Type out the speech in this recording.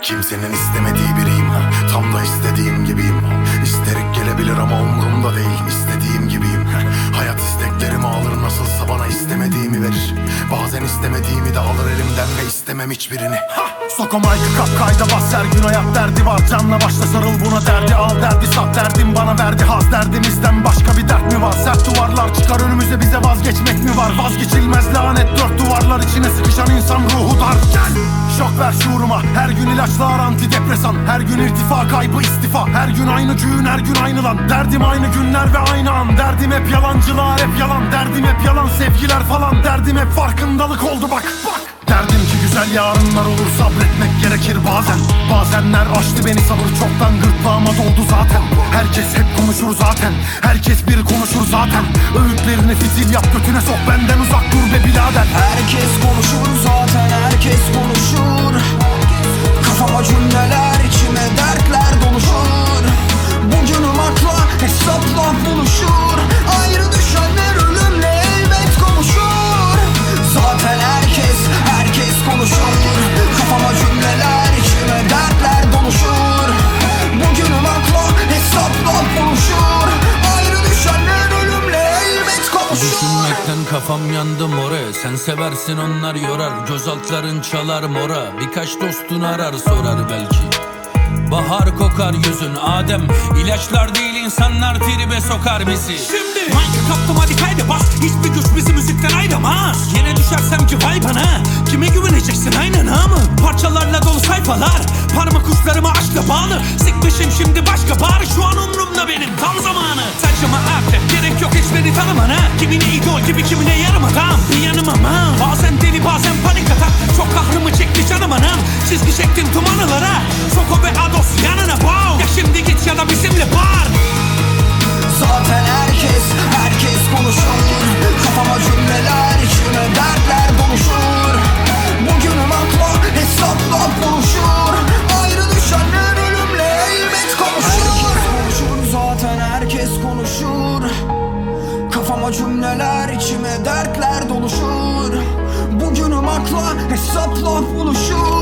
Kimsenin istemediği biriyim, tam da istediğim gibiyim. İsterik gelebilir ama umurumda değil, istediğim gibiyim. Hayat isteklerimi alır, nasılsa bana istemediğimi verir. Bazen istemediğimi de alır elimden ve istemem hiçbirini. Soko mike'ı kap kayda bas, her gün hayat derdi var. Canla başla sarıl buna, derdi al, derdi sat, derdim bana verdi haz. Derdimizden başka bir dert mi var? Sert duvarlar çıkar önümüze, bize vazgeçmek mi var? Vazgeçilmez lanet, dört duvarlar içine sıkışan insan ruhu dar. Gel şok ver şuuruma, her gün ilaçlar antidepresan. Her gün irtifa kaybı istifa, her gün aynı gün, her gün aynı lan. Derdim aynı günler ve aynı an. Derdim hep yalancılar, hep yalan. Derdim hep yalan sevgiler falan. Derdim hep farkındalık oldu bak. Derdim ki güzel yarınlar olur, sabretmek gerekir bazen. Bazenler açtı beni sabır, çoktan gırtlağıma doldu zaten. Herkes hep konuşur zaten, herkes bir konuşur zaten. Öğütlerini fitil yap, götüne sok, benden uzak dur be birader. Herkes konuşur zaten, herkes konuşur. Kafama cümleler, içime dertler doluşur. Bugünüm akla, hesapla buluşur. Ayrı düşenler ölümle elbet kavuşur. Zaten herkes konuşur. Kafama cümleler, içime dertler doluşur. Bugünüm akla, hesapla buluşur. Ayrı düşenler ölümle elbet kavuşur. Düşünmekten kafam yandı more. Sen seversin onlar yorar. Göz altların çalar mora. Birkaç dostun arar sorar belki. Bahar kokar yüzün Adem. İlaçlar değil insanlar tribe sokar bizi. Şimdi mike kaptım hadi kaydı bas. Hiçbir güç bizi müzikten ayıramaz. Yere düşersem ki vay bana. Kime güveneceksin aynen ha mı? Parçalarla dolu sayfalar. Parmak uçlarıma aşkla bağlı. Sikmişim şimdi başka bari, şu an umrumda benim tam zamanı. Saçıma artık gerek yok hiç beni tanımana. Kimine idol gibi kimine yarım adam. Bir yanım ama bazen deli bazen panik atak. Çok kahrımı çekti canım anam. Çizgi çektim tumanılara. Soko ve Ados yanına wow. Ya şimdi git ya da bizimle bağır. Zaten herkes konuşur. Kafama cümleler, içime dertler doluşur. Bugünüm akla, hesapla buluşur. Ayrı düşenler ölümle elbet kavuşur. Herkes konuşur zaten, herkes konuşur. Kafama cümleler, içime dertler doluşur. Bugünüm akla, hesapla buluşur.